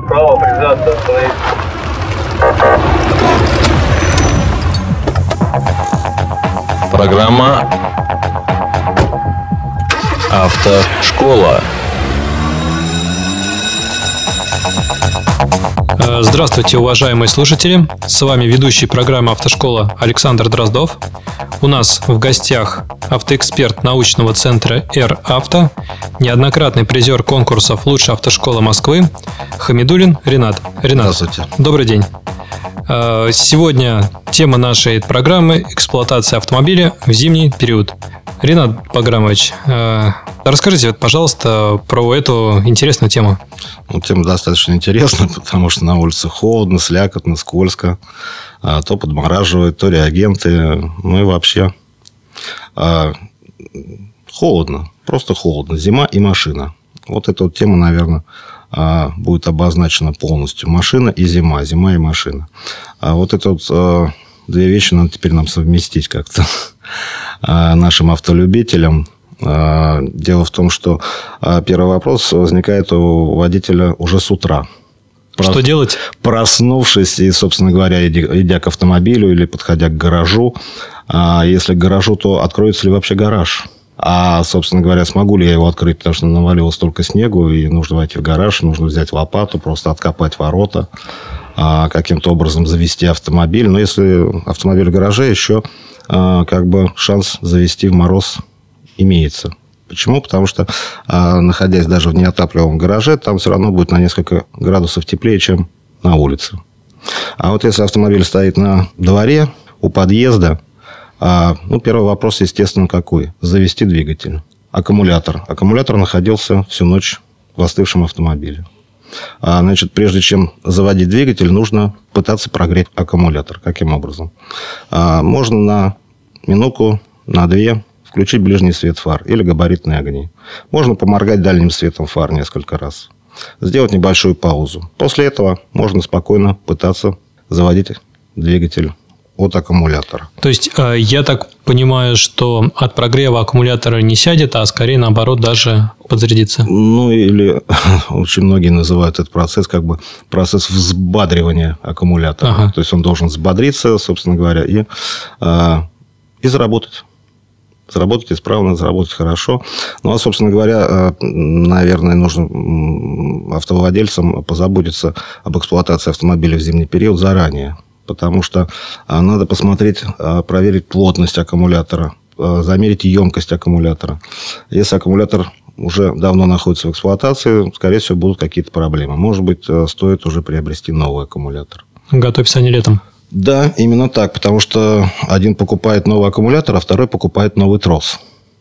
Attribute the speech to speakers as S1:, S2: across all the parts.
S1: Право, признаться, остановить.
S2: Программа «Автошкола».
S3: Здравствуйте, уважаемые слушатели! С вами ведущий программы «Автошкола» Александр Дроздов. У нас в гостях автоэксперт научного центра «Р-Авто», неоднократный призер конкурсов «Лучшая автошкола Москвы» Хамидуллин Ринат. Ринат,
S4: здравствуйте.
S3: Добрый день. Сегодня тема нашей программы – эксплуатация автомобиля в зимний период. Ринат Баграмович, расскажите, пожалуйста, про эту интересную тему.
S4: Тема достаточно интересная, потому что на улице холодно, слякотно, скользко. То подмораживает, то реагенты. Ну и вообще холодно. Просто холодно. Зима и машина. Вот эта вот тема, наверное, будет обозначена полностью. Машина и зима. Зима и машина. А вот это вот две вещи надо теперь нам совместить как-то нашим автолюбителям. Дело в том, что первый вопрос возникает у водителя уже с утра.
S3: Что делать?
S4: Проснувшись и, собственно говоря, идя к автомобилю или подходя к гаражу. Если к гаражу, то откроется ли вообще гараж? Собственно говоря, смогу ли я его открыть, потому что навалилось столько снегу, и нужно войти в гараж, нужно взять лопату, просто откопать ворота, каким-то образом завести автомобиль. Но если автомобиль в гараже, еще как бы шанс завести в мороз имеется. Почему? Потому что, находясь даже в неотапливаемом гараже, там все равно будет на несколько градусов теплее, чем на улице. А вот если автомобиль стоит на дворе, у подъезда, первый вопрос, естественно, какой? Завести двигатель. Аккумулятор. Аккумулятор находился всю ночь в остывшем автомобиле. Значит, прежде чем заводить двигатель, нужно пытаться прогреть аккумулятор. Каким образом? Можно на минутку, на две включить ближний свет фар или габаритные огни. Можно поморгать дальним светом фар несколько раз. Сделать небольшую паузу. После этого можно спокойно пытаться заводить двигатель от аккумулятора.
S3: То есть, я так понимаю, что от прогрева аккумулятора не сядет, а скорее, наоборот, даже подзарядится.
S4: Или очень многие называют этот процесс как бы процесс взбадривания аккумулятора.
S3: Ага.
S4: То есть, он должен взбодриться, собственно говоря, и заработать. Заработать исправно, заработать хорошо. Собственно говоря, наверное, нужно автовладельцам позаботиться об эксплуатации автомобиля в зимний период заранее. Потому что надо посмотреть, проверить плотность аккумулятора, замерить емкость аккумулятора. Если аккумулятор уже давно находится в эксплуатации, скорее всего, будут какие-то проблемы. Может быть, стоит уже приобрести новый аккумулятор.
S3: Готовься они летом.
S4: Да, именно так. Потому что один покупает новый аккумулятор, а второй покупает новый трос.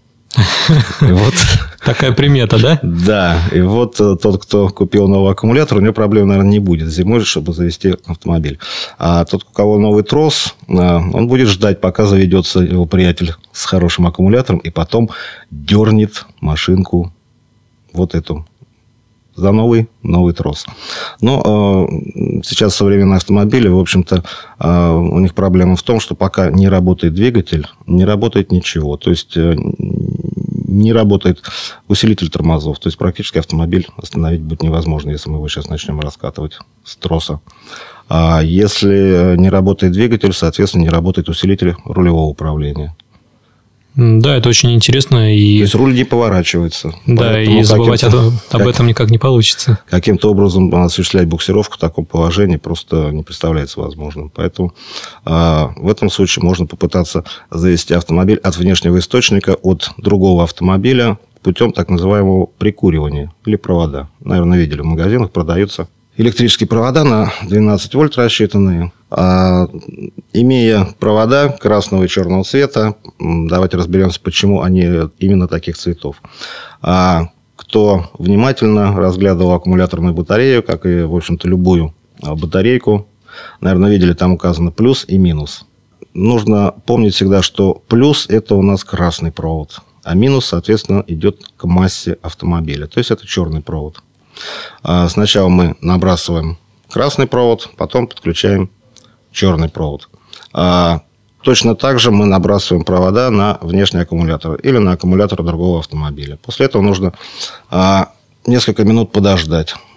S3: Такая примета, да?
S4: Да. И вот тот, кто купил новый аккумулятор, у него проблем, наверное, не будет зимой, чтобы завести автомобиль. А тот, у кого новый трос, он будет ждать, пока заведется его приятель с хорошим аккумулятором, и потом дернет машинку вот эту за новый трос. Но сейчас современные автомобили, в общем-то, у них проблема в том, что пока не работает двигатель, не работает ничего. То есть, не работает усилитель тормозов. То есть, практически автомобиль остановить будет невозможно, если мы его сейчас начнем раскатывать с троса. А если не работает двигатель, соответственно, не работает усилитель рулевого управления.
S3: Да, это очень интересно.
S4: То есть, руль не поворачивается.
S3: Да,
S4: поэтому
S3: и забывать об этом никак не получится.
S4: Каким-то образом осуществлять буксировку в таком положении просто не представляется возможным. Поэтому в этом случае можно попытаться завести автомобиль от внешнего источника, от другого автомобиля путем так называемого прикуривания или провода. Наверное, видели, в магазинах продаются электрические провода на 12 вольт рассчитанные. Имея провода красного и черного цвета, давайте разберемся, почему они именно таких цветов. Кто внимательно разглядывал аккумуляторную батарею, как и, в общем-то, любую батарейку, наверное, видели, там указано плюс и минус. Нужно помнить всегда, что плюс – это у нас красный провод, а минус, соответственно, идет к массе автомобиля. То есть, это черный провод. Сначала мы набрасываем красный провод, потом подключаем черный провод. Точно так же мы набрасываем провода на внешний аккумулятор или на аккумулятор другого автомобиля. После этого нужно несколько минут подождать.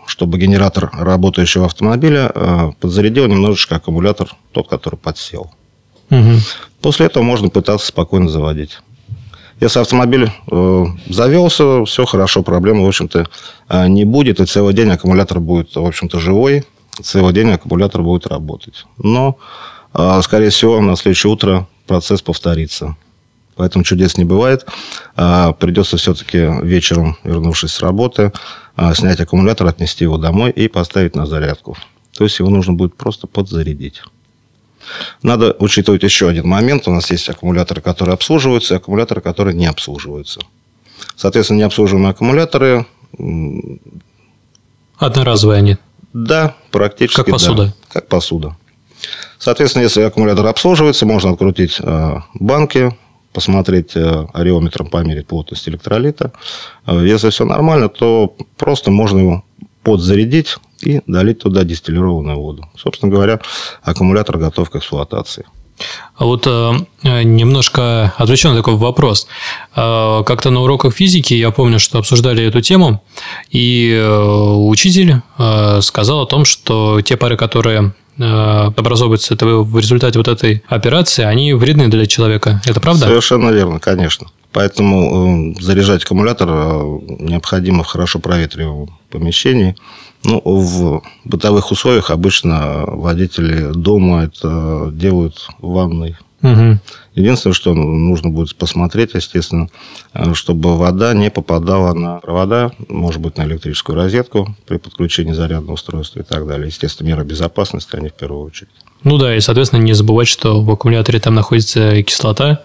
S4: чтобы генератор работающего автомобиля подзарядил немножечко аккумулятор, тот, который подсел.
S3: Угу.
S4: После этого можно пытаться спокойно заводить. Если автомобиль завелся, все хорошо, проблем, в общем-то, не будет. И целый день аккумулятор будет, в общем-то, живой. Целый день аккумулятор будет работать. Но, скорее всего, на следующее утро процесс повторится. Поэтому чудес не бывает. Придется все-таки вечером, вернувшись с работы, снять аккумулятор, отнести его домой и поставить на зарядку. То есть его нужно будет просто подзарядить. Надо учитывать еще один момент. У нас есть аккумуляторы, которые обслуживаются, и аккумуляторы, которые не обслуживаются. Соответственно, необслуживаемые аккумуляторы...
S3: Одноразовые они?
S4: Да, практически.
S3: Как посуда?
S4: Да, как посуда. Соответственно, если аккумулятор обслуживается, можно открутить банки, посмотреть ареометром, померить плотность электролита. Если все нормально, то просто можно его подзарядить и долить туда дистиллированную воду. Собственно говоря, аккумулятор готов к эксплуатации.
S3: А вот немножко отвлеченный такой вопрос. Как-то на уроках физики я помню, что обсуждали эту тему, и учитель сказал о том, что те пары, которые образовываются в результате вот этой операции, они вредны для человека. Это правда?
S4: Совершенно верно, конечно. Поэтому заряжать аккумулятор необходимо в хорошо проветриваемом помещении. Ну, в бытовых условиях обычно водители дома это делают в ванной.
S3: Угу.
S4: Единственное, что нужно будет посмотреть, естественно, чтобы вода не попадала на провода, может быть, на электрическую розетку при подключении зарядного устройства и так далее. Естественно, меры безопасности, они в первую очередь.
S3: Ну да, и, соответственно, не забывать, что в аккумуляторе там находится кислота,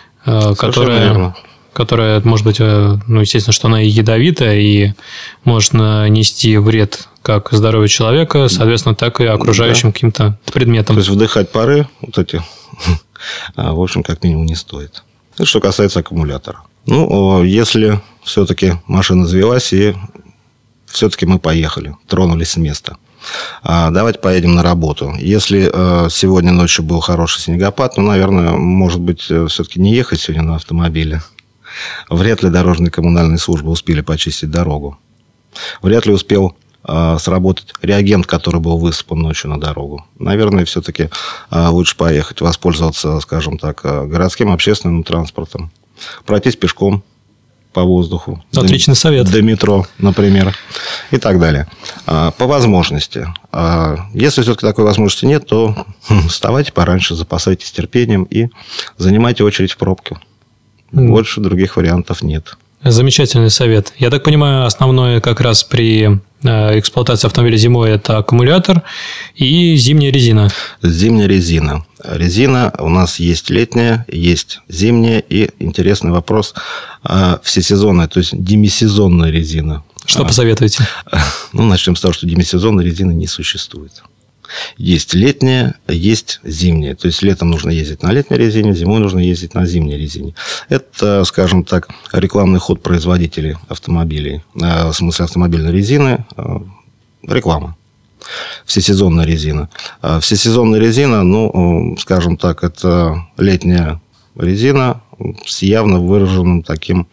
S3: которая, может быть, естественно, что она и ядовитая, и может нанести вред как здоровью человека, соответственно, так и окружающим каким-то предметам.
S4: То есть, вдыхать пары вот эти, в общем, как минимум не стоит. Это что касается аккумулятора. Ну, если все-таки машина завелась, и все-таки мы поехали, тронулись с места. Давайте поедем на работу. Если сегодня ночью был хороший снегопад, ну, наверное, может быть, все-таки не ехать сегодня на автомобиле. Вряд ли дорожные коммунальные службы успели почистить дорогу. Вряд ли успел сработать реагент, который был высыпан ночью на дорогу. Наверное, все-таки лучше поехать, воспользоваться, скажем так, городским общественным транспортом. Пройтись пешком по воздуху.
S3: Отличный совет.
S4: До метро, например. И так далее. По возможности. Если все-таки такой возможности нет, то вставайте пораньше, запасайтесь терпением и занимайте очередь в пробке. Больше других вариантов нет.
S3: Замечательный совет. Я так понимаю, основное как раз при эксплуатации автомобиля зимой это аккумулятор и зимняя резина.
S4: Зимняя резина. Резина у нас есть летняя, есть зимняя. И интересный вопрос, всесезонная, то есть демисезонная резина.
S3: Что посоветуете?
S4: Ну, начнем с того, что демисезонной резины не существует. Есть летняя, есть зимняя. То есть, летом нужно ездить на летней резине, зимой нужно ездить на зимней резине. Это, скажем так, рекламный ход производителей автомобилей. В смысле, автомобильной резины. Реклама. Всесезонная резина. Всесезонная резина, ну, скажем так, это летняя резина с явно выраженным таким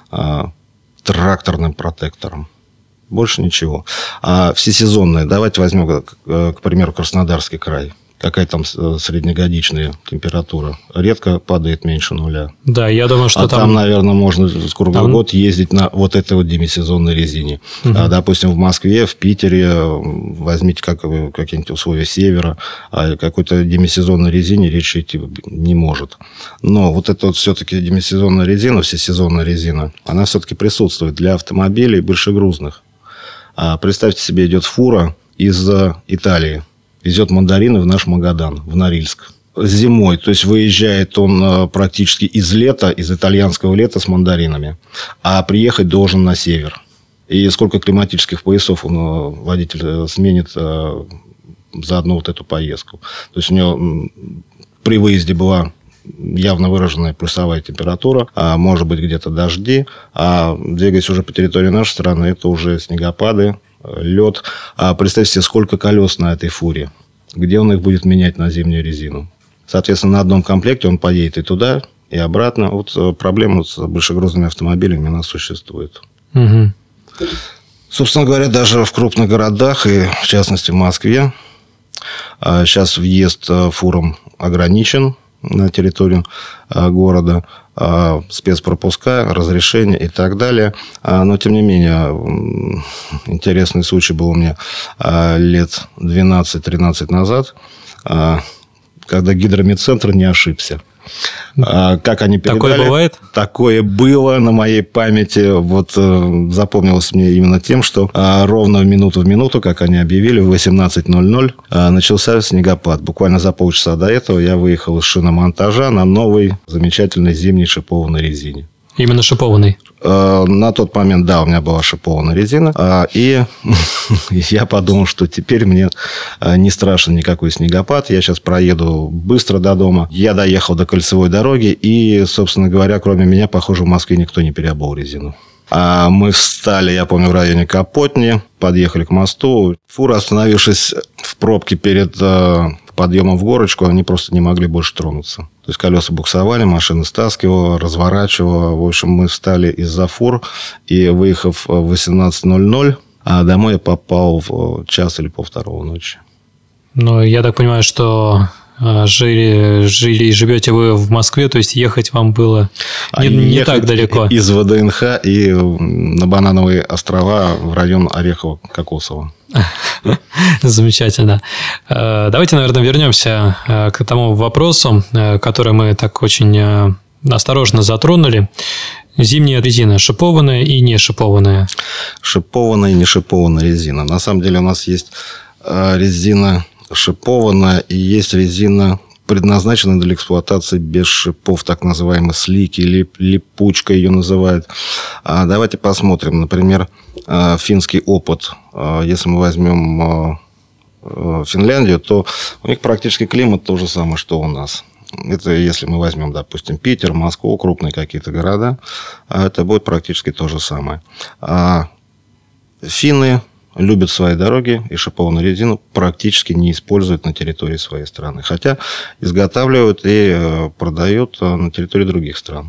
S4: тракторным протектором. Больше ничего. А всесезонная, давайте возьмем, к примеру, Краснодарский край. Какая там среднегодичная температура? Редко падает меньше нуля.
S3: Да, я думаю, что
S4: там, наверное, можно круглый год ездить на вот этой вот демисезонной резине. Угу. Допустим, в Москве, в Питере, возьмите какие-нибудь условия севера, о какой-то демисезонной резине речь идти не может. Но вот эта вот все-таки демисезонная резина, всесезонная резина, она все-таки присутствует для автомобилей большегрузных. Представьте себе, идет фура из Италии, везет мандарины в наш Магадан, в Норильск. Зимой, то есть выезжает он практически из лета, из итальянского лета с мандаринами, а приехать должен на север. И сколько климатических поясов водитель сменит за одну вот эту поездку. То есть у него при выезде была явно выраженная плюсовая температура, может быть, где-то дожди, а двигаясь уже по территории нашей страны, это уже снегопады, лед. Представьте себе, сколько колес на этой фуре, где он их будет менять на зимнюю резину. Соответственно, на одном комплекте он поедет и туда, и обратно. Вот проблема с большегрузными автомобилями у нас существует.
S3: Угу.
S4: Собственно говоря, даже в крупных городах, и в частности в Москве, сейчас въезд фурам ограничен на территорию города, спецпропуска, разрешения и так далее. Но, тем не менее, интересный случай был у меня лет 12-13 назад, когда гидромедцентр не ошибся. Как они передали.
S3: Такое бывает?
S4: Такое было на моей памяти. Вот запомнилось мне именно тем, что ровно в минуту, как они объявили, в 18:00 начался снегопад. Буквально за полчаса до этого я выехал из шиномонтажа на новой замечательной зимней шипованной резине.
S3: Именно шипованный?
S4: На тот момент, да, у меня была шипованная резина. И я подумал, что теперь мне не страшен никакой снегопад. Я сейчас проеду быстро до дома. Я доехал до кольцевой дороги. И, собственно говоря, кроме меня, похоже, в Москве никто не переобул резину. Мы встали, я помню, в районе Капотни. Подъехали к мосту. Фура, остановившись в пробке перед подъемом в горочку, они просто не могли больше тронуться. То есть колеса буксовали, машина стаскивала, разворачивала. В общем, мы встали из-за фур. И, выехав в 18:00, домой я попал в час или полвторого ночи.
S3: Ну, я так понимаю, что жили и живете вы в Москве, то есть ехать вам было не так далеко.
S4: Из ВДНХ и на Банановые острова в район Орехово-Кокосово.
S3: Замечательно. Давайте, наверное, вернемся к тому вопросу, который мы так очень осторожно затронули. Зимняя резина шипованная и не шипованная.
S4: Шипованная и не шипованная резина. На самом деле у нас есть резина шипованная и есть резина, предназначенная для эксплуатации без шипов, так называемый слик или липучка ее называют. Давайте посмотрим, например, финский опыт. Если мы возьмем Финляндию, то у них практически климат то же самое, что у нас. Это если мы возьмем, допустим, Питер, Москву, крупные какие-то города, это будет практически то же самое. Финны любят свои дороги и шипованную резину практически не используют на территории своей страны. Хотя изготавливают и продают на территории других стран.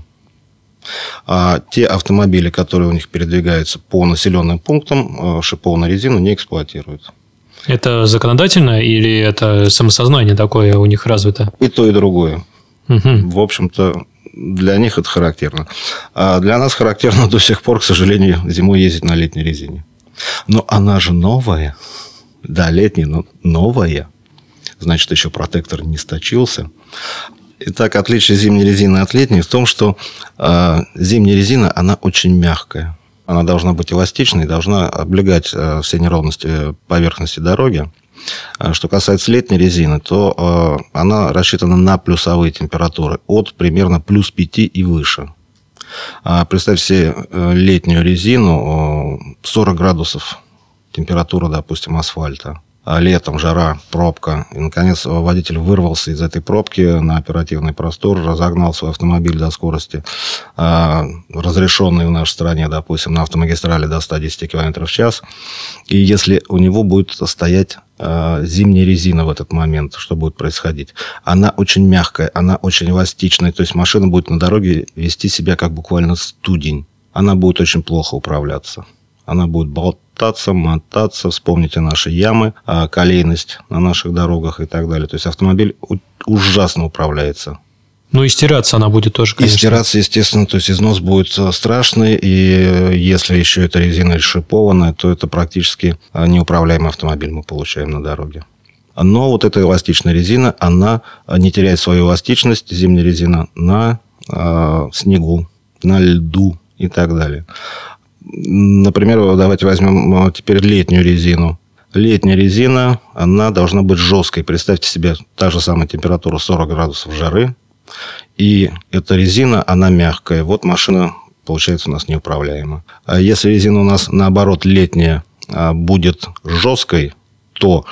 S4: Те автомобили, которые у них передвигаются по населенным пунктам, шипованную резину не эксплуатируют. Это
S3: законодательно или это самосознание такое у них развито?
S4: И то, и другое. Угу. В общем-то, для них это характерно. А для нас характерно до сих пор, к сожалению, зимой ездить на летней резине. Но она же новая. Да, летняя, но новая. Значит, еще протектор не сточился. Итак, отличие зимней резины от летней в том, что зимняя резина, она очень мягкая. Она должна быть эластичной, должна облегать все неровности поверхности дороги. Что касается летней резины, то она рассчитана на плюсовые температуры от примерно плюс 5 и выше. Представьте себе летнюю резину, 40 градусов температура, допустим, асфальта. Летом жара, пробка. И, наконец, водитель вырвался из этой пробки на оперативный простор, разогнал свой автомобиль до скорости, разрешенной в нашей стране, допустим, на автомагистрали до 110 км в час. И если у него будет стоять зимняя резина в этот момент, что будет происходить? Она очень мягкая, она очень эластичная. То есть машина будет на дороге вести себя как буквально студень. Она будет очень плохо управляться. Она будет болтаться, мотаться. Вспомните наши ямы, колейность на наших дорогах и так далее. То есть автомобиль ужасно управляется.
S3: Ну и стираться она будет тоже, конечно.
S4: И стираться, естественно, то есть износ будет страшный. И если еще эта резина шипованная, то это практически неуправляемый автомобиль мы получаем на дороге. Но вот эта эластичная резина, она не теряет свою эластичность, зимняя резина, на снегу, на льду и так далее. Например, давайте возьмем теперь летнюю резину. Летняя резина, она должна быть жесткой. Представьте себе, та же самая температура 40 градусов жары. И эта резина, она мягкая. Вот машина, получается, у нас неуправляема. А если резина у нас, наоборот, летняя, будет жесткой, то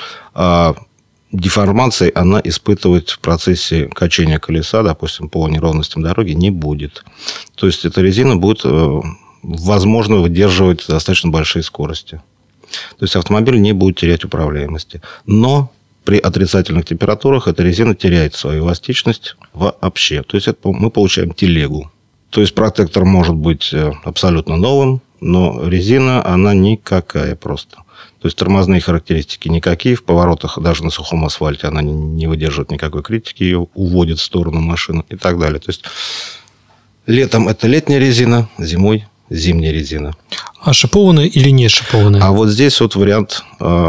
S4: деформации она испытывать в процессе качения колеса, допустим, по неровностям дороги, не будет. То есть, эта резина будет, возможно, выдерживать достаточно большие скорости. То есть, автомобиль не будет терять управляемости. Но при отрицательных температурах эта резина теряет свою эластичность вообще. То есть, это мы получаем телегу. То есть, протектор может быть абсолютно новым, но резина, она никакая просто. То есть тормозные характеристики никакие, в поворотах даже на сухом асфальте она не выдерживает никакой критики, ее уводит в сторону машины и так далее. То есть летом это летняя резина, зимой зимняя резина.
S3: А шипованная или не шипованная?
S4: А вот здесь вот вариант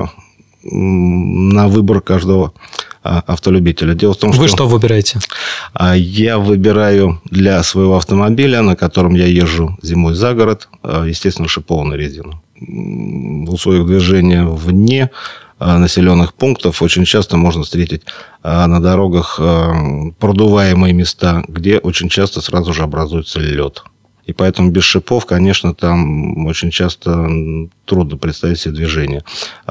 S4: на выбор каждого автолюбителя. Дело в том,
S3: Вы что выбираете?
S4: Я выбираю для своего автомобиля, на котором я езжу зимой за город, естественно, шипованную резину. В условиях движения вне населенных пунктов очень часто можно встретить на дорогах продуваемые места, где очень часто сразу же образуется лед. И поэтому без шипов, конечно, там очень часто трудно представить себе движение.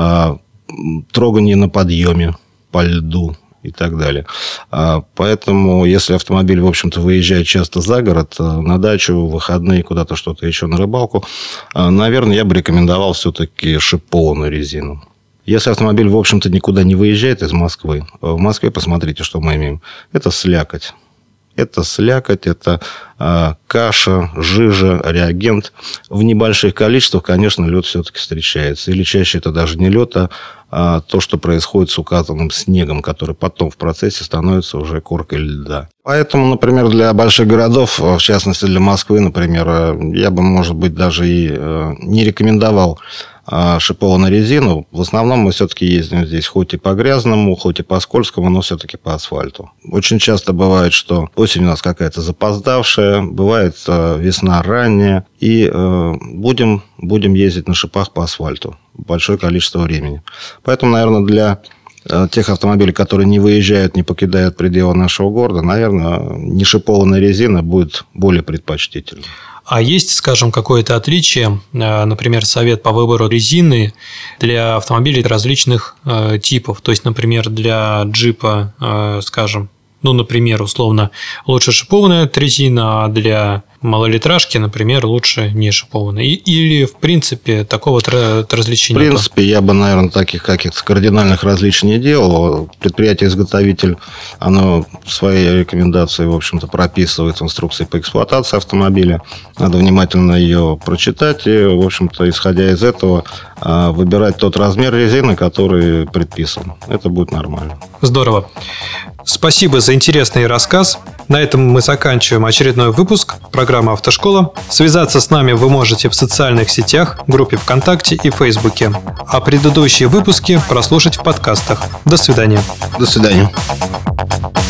S4: Трогание на подъеме по льду и так далее. Поэтому, если автомобиль, в общем-то, выезжает часто за город, на дачу, в выходные, куда-то что-то еще, на рыбалку, наверное, я бы рекомендовал все-таки шипованную резину. Если автомобиль, в общем-то, никуда не выезжает из Москвы, в Москве посмотрите, что мы имеем. Это слякоть. Это слякоть, это каша, жижа, реагент. В небольших количествах, конечно, лед все-таки встречается. Или чаще это даже не лед, а то, что происходит с укатанным снегом, который потом в процессе становится уже коркой льда. Поэтому, например, для больших городов, в частности для Москвы, например, я бы, может быть, даже и не рекомендовал шипованную резину. В основном мы все-таки ездим здесь хоть и по грязному, хоть и по скользкому, но все-таки по асфальту. Очень часто бывает, что осень у нас какая-то запоздавшая, бывает весна ранняя, и будем ездить на шипах по асфальту большое количество времени. Поэтому, наверное, для тех автомобилей, которые не выезжают, не покидают пределы нашего города, наверное, не шипованная резина будет более предпочтительной.
S3: А есть, скажем, какое-то отличие, например, совет по выбору резины для автомобилей различных типов? То есть, например, для джипа, скажем, например, условно, лучше шипованная резина, а для малолитражки, например, лучше не шипованная. Или, в принципе, такого различия нет? В
S4: принципе, я бы, наверное, таких каких-то кардинальных различий не делал. Предприятие-изготовитель, оно в своей рекомендации, в общем-то, прописывает в инструкции по эксплуатации автомобиля. Надо внимательно ее прочитать и, в общем-то, исходя из этого, выбирать тот размер резины, который предписан. Это будет нормально.
S3: Здорово. Спасибо за интересный рассказ. На этом мы заканчиваем очередной выпуск программы «Автошкола». Связаться с нами вы можете в социальных сетях, группе ВКонтакте и Фейсбуке. А предыдущие выпуски прослушать в подкастах. До свидания.
S4: До свидания.